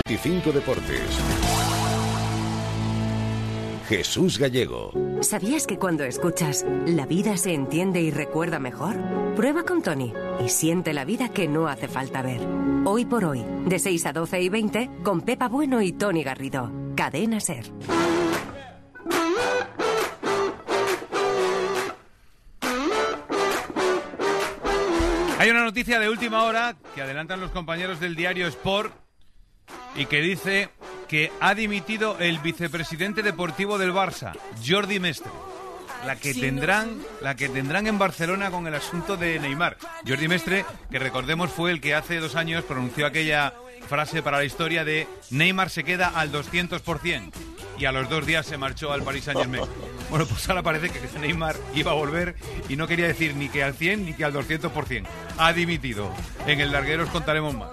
25 Deportes. Jesús Gallego. ¿Sabías que cuando escuchas La vida se entiende y recuerda mejor? Prueba con Tony y siente la vida que no hace falta ver. Hoy por hoy, de 6 a 12 y 20, con Pepa Bueno y Tony Garrido. Cadena SER. Hay una noticia de última hora que adelantan los compañeros del diario Sport y que dice que ha dimitido el vicepresidente deportivo del Barça, Jordi Mestre. La que tendrán en Barcelona con el asunto de Neymar. Jordi Mestre, que recordemos fue el que hace 2 años pronunció aquella frase para la historia de Neymar se queda al 200%. Y a los 2 días se marchó al Paris Saint-Germain. Bueno, pues ahora parece que Neymar iba a volver y no quería decir ni que al 100 ni que al 200%. Ha dimitido. En el larguero os contaremos más.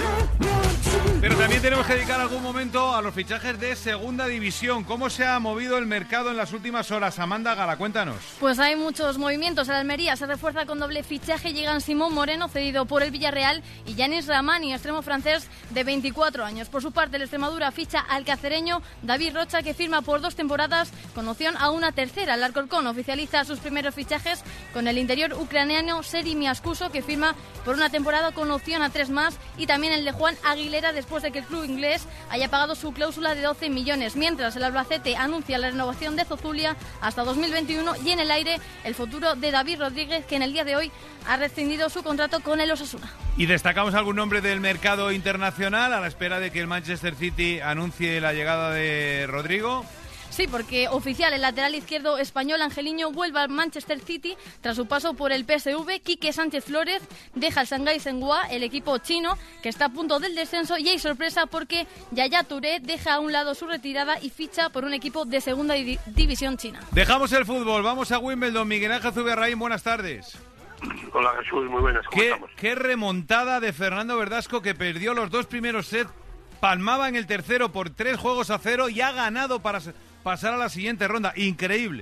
Pero también tenemos que dedicar algún momento a los fichajes de Segunda División. ¿Cómo se ha movido el mercado en las últimas horas? Amanda Gala, cuéntanos. Pues hay muchos movimientos. El Almería se refuerza con doble fichaje. Llegan Simón Moreno, cedido por el Villarreal, y Yanis Ramani, extremo francés de 24 años. Por su parte, el Extremadura ficha al cacereño David Rocha, que firma por 2 temporadas con opción a una tercera. El Alcorcón oficializa sus primeros fichajes con el interior ucraniano Seri Miascuso, que firma por una temporada con opción a 3 más, y también el de Juan Aguilera, después de que el club inglés haya pagado su cláusula de 12 millones, mientras el Albacete anuncia la renovación de Zozulia hasta 2021 y en el aire el futuro de David Rodríguez, que en el día de hoy ha rescindido su contrato con el Osasuna. Y destacamos algún nombre del mercado internacional a la espera de que el Manchester City anuncie la llegada de Rodrigo. Sí, porque oficial, el lateral izquierdo español Angeliño vuelve al Manchester City tras su paso por el PSV. Quique Sánchez Flores deja el Shanghái Shenhua, el equipo chino, que está a punto del descenso, y hay sorpresa porque Yaya Touré deja a un lado su retirada y ficha por un equipo de segunda división china. Dejamos el fútbol, vamos a Wimbledon. Miguel Ángel Zubiarraín, buenas tardes. Hola Jesús, muy buenas, ¿cómo estamos? Qué remontada de Fernando Verdasco, que perdió los 2 primeros sets, palmaba en el tercero por 3-0 y ha ganado para pasar a la siguiente ronda. Increíble.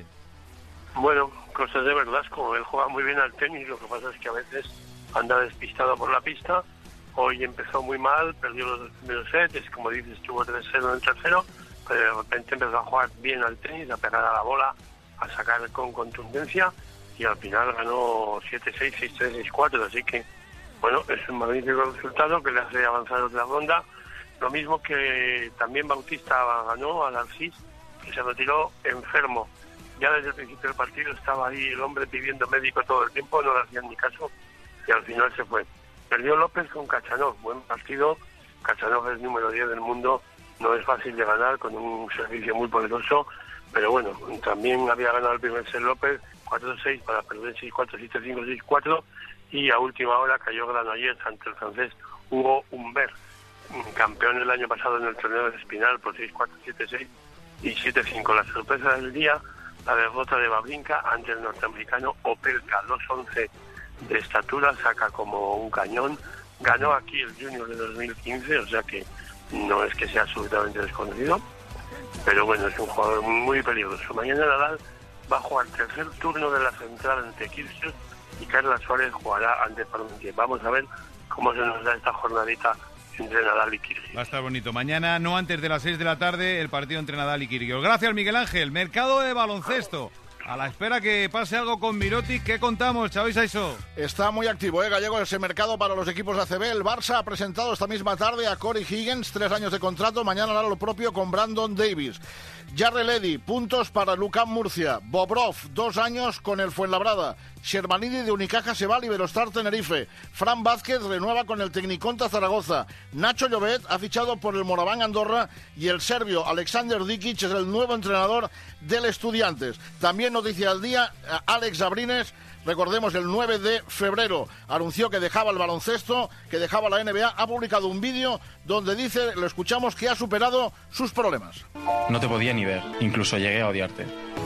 Bueno, cosas de Verdasco, él juega muy bien al tenis, lo que pasa es que a veces anda despistado por la pista. Hoy empezó muy mal, perdió los 2 primeros sets, como dices, estuvo 3-0 en el tercero, pero de repente empezó a jugar bien al tenis, a pegar a la bola, a sacar con contundencia, y al final ganó 7-6, 6-3, 6-4, así que, bueno, es un magnífico resultado que le hace avanzar otra ronda. Lo mismo que también Bautista ganó al Narcís, que se retiró enfermo. Ya desde el principio del partido estaba ahí el hombre pidiendo médico todo el tiempo, no le hacían ni caso, y al final se fue. Perdió López con Kachanov, buen partido. Kachanov es número 10 del mundo, no es fácil de ganar, con un servicio muy poderoso, pero bueno, también había ganado el primer set López, 4-6 para perder 6-4, 7-5, 6-4, y a última hora cayó Granollers ante el francés Hugo Humbert, campeón el año pasado en el torneo de Espinal por 6-4, 7-6 y 7-5. La sorpresa del día, la derrota de Wawrinka ante el norteamericano Opelka, 2'11 de estatura, saca como un cañón. Ganó aquí el Junior de 2015, o sea que no es que sea absolutamente desconocido, pero bueno, es un jugador muy peligroso. Mañana Nadal va a jugar el tercer turno de la central ante Kyrgios y Carla Suárez jugará ante Parmentier. Vamos a ver cómo se nos da esta jornadita entre Nadal y Kyrgios. Va a estar bonito. Mañana, no antes de las 6 de la tarde, el partido entre Nadal y Kyrgios. Gracias, Miguel Ángel. Mercado de baloncesto. A la espera que pase algo con Mirotic. ¿Qué contamos, Xavi Saisó? Está muy activo, Gallego, ese mercado para los equipos de ACB. El Barça ha presentado esta misma tarde a Corey Higgins, 3 años de contrato. Mañana hará lo propio con Brandon Davis. Jarrell Eddy, puntos para Lucán Murcia. Bobrov, 2 años con el Fuenlabrada. Shermanidi de Unicaja se va al Iberostar Tenerife. Fran Vázquez renueva con el Tecniconta Zaragoza. Nacho Llobet ha fichado por el Moraván Andorra y el serbio Alexander Dikic es el nuevo entrenador del Estudiantes. También noticia del día, Alex Abrines, recordemos, el 9 de febrero anunció que dejaba el baloncesto, que dejaba la NBA. Ha publicado un vídeo donde dice, lo escuchamos, que ha superado sus problemas. No te podía ni ver, incluso llegué a odiarte.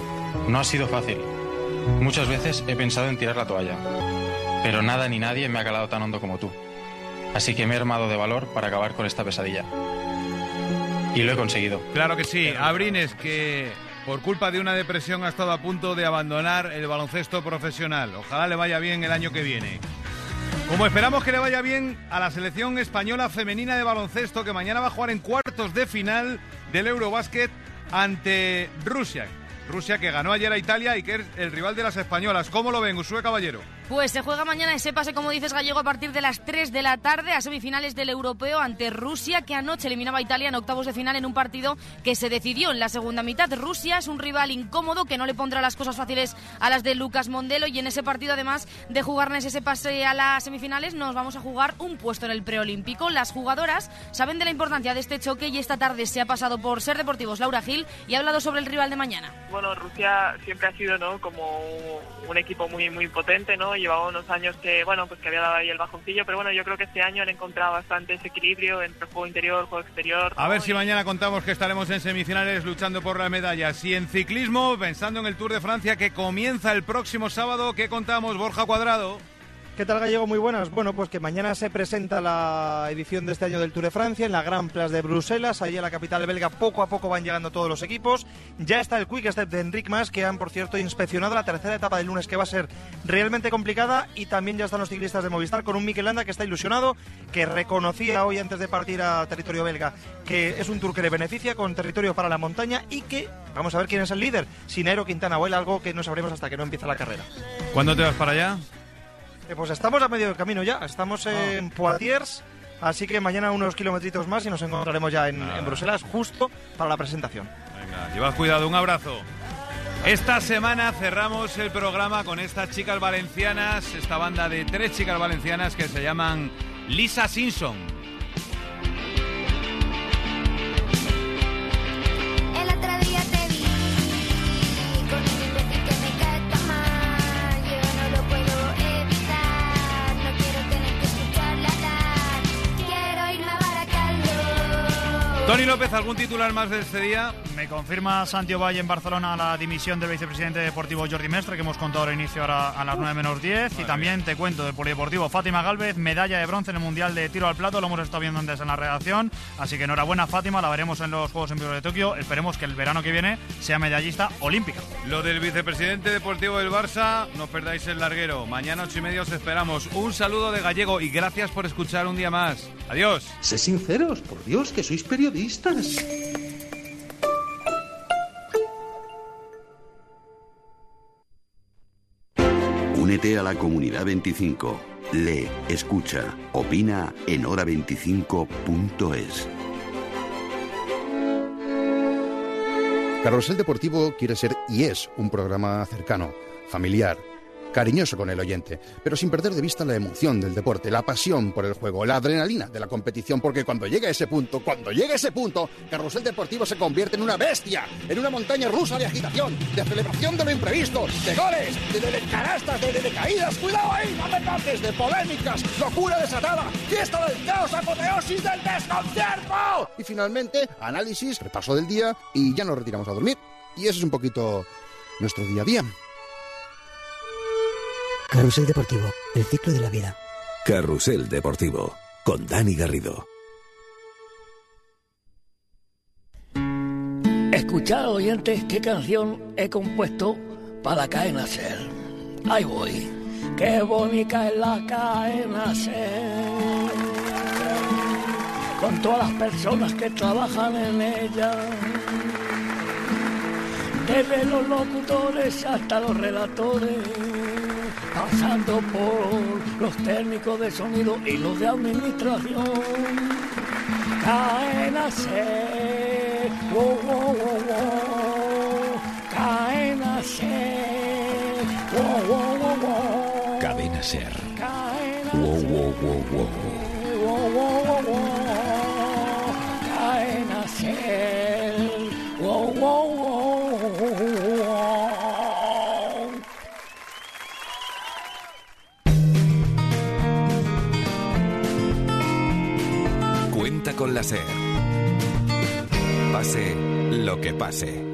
No ha sido fácil. Muchas veces he pensado en tirar la toalla, pero nada ni nadie me ha calado tan hondo como tú. Así que me he armado de valor para acabar con esta pesadilla. Y lo he conseguido. Claro que sí. Abrines, que por culpa de una depresión ha estado a punto de abandonar el baloncesto profesional. Ojalá le vaya bien el año que viene. Como esperamos que le vaya bien a la selección española femenina de baloncesto, que mañana va a jugar en cuartos de final del Eurobásquet ante Rusia. Rusia, que ganó ayer a Italia y que es el rival de las españolas. ¿Cómo lo ven, Uxue Caballero? Pues se juega mañana ese pase, como dices, Gallego, a partir de las 3 de la tarde a semifinales del Europeo ante Rusia, que anoche eliminaba a Italia en octavos de final en un partido que se decidió en la segunda mitad. Rusia es un rival incómodo que no le pondrá las cosas fáciles a las de Lucas Mondelo, y en ese partido, además de jugarnos ese pase a las semifinales, nos vamos a jugar un puesto en el preolímpico. Las jugadoras saben de la importancia de este choque y esta tarde se ha pasado por Ser Deportivos Laura Gil y ha hablado sobre el rival de mañana. Bueno, Rusia siempre ha sido, ¿no?, como un equipo muy muy potente, ¿no? Llevaba unos años que, bueno, pues que había dado ahí el bajoncillo, pero bueno, yo creo que este año han encontrado bastante ese equilibrio entre juego interior, juego exterior, ¿no? A ver si mañana contamos que estaremos en semifinales luchando por las medallas. Y en ciclismo, pensando en el Tour de Francia que comienza el próximo sábado, ¿qué contamos, Borja Cuadrado? ¿Qué tal, Gallego? Muy buenas. Bueno, pues que mañana se presenta la edición de este año del Tour de Francia en la Grand Place de Bruselas. Allí en la capital belga poco a poco van llegando todos los equipos. Ya está el Quick Step de Enric Mas, que han, por cierto, inspeccionado la tercera etapa del lunes, que va a ser realmente complicada. Y también ya están los ciclistas de Movistar con un Mikel Landa que está ilusionado, que reconocía hoy antes de partir a territorio belga que es un Tour que le beneficia, con territorio para la montaña, y que vamos a ver quién es el líder, si Nairo Quintana o él, algo que no sabremos hasta que no empieza la carrera. ¿Cuándo te vas para allá? Pues estamos a medio del camino ya, estamos en Poitiers, así que mañana unos kilometritos más y nos encontraremos ya en Bruselas, justo para la presentación. Venga, llevad cuidado, un abrazo. Esta semana cerramos el programa con estas chicas valencianas, esta banda de 3 chicas valencianas que se llaman Lisa Simpson. El otro día te vi con un imbécil que me cae tan mal, yo no lo puedo evitar, no quiero tener que escucharla hablar, quiero irme a Baracaldo. Toni López, ¿algún titular más de este día? Me confirma Santi Ovalle en Barcelona la dimisión del vicepresidente deportivo Jordi Mestre, que hemos contado al inicio ahora a las 9:10. Y también te cuento del polideportivo Fátima Gálvez, medalla de bronce en el Mundial de Tiro al Plato. Lo hemos estado viendo antes en la redacción. Así que enhorabuena, Fátima, la veremos en los Juegos Olímpicos de Tokio. Esperemos que el verano que viene sea medallista olímpica. Lo del vicepresidente deportivo del Barça, no os perdáis el larguero. Mañana 8:30 os esperamos. Un saludo de Gallego y gracias por escuchar un día más. Adiós. Sé sinceros, por Dios, que sois periodistas. Únete a la Comunidad 25. Lee, escucha, opina en hora25.es. Carrusel Deportivo quiere ser y es un programa cercano, familiar, cariñoso con el oyente, pero sin perder de vista la emoción del deporte, la pasión por el juego, la adrenalina de la competición, porque cuando llega ese punto, Carrusel Deportivo se convierte en una bestia, en una montaña rusa de agitación, de celebración de lo imprevisto, de goles, de canastas, de caídas, cuidado ahí, no me toques, de polémicas, locura desatada, fiesta del caos, apoteosis del desconcierto. Y finalmente, análisis, repaso del día y ya nos retiramos a dormir. Y eso es un poquito nuestro día a día. Carrusel Deportivo, el ciclo de la vida. Carrusel Deportivo, con Dani Garrido. Escuchad, oyentes, qué canción he compuesto para la cadena SER. Ahí voy. Qué bonita es la cadena SER, con todas las personas que trabajan en ella, desde los locutores hasta los relatores, pasando por los técnicos de sonido y los de administración. Cadena SER, wow, wow, wow, wow. Cadena SER, wow, wow, wow, wow. Cadena SER, wow, wow, wow, wow. Wow, wow, wow, wow. Cadena SER, wow, wow, wow. Cuenta con la SER. Pase lo que pase.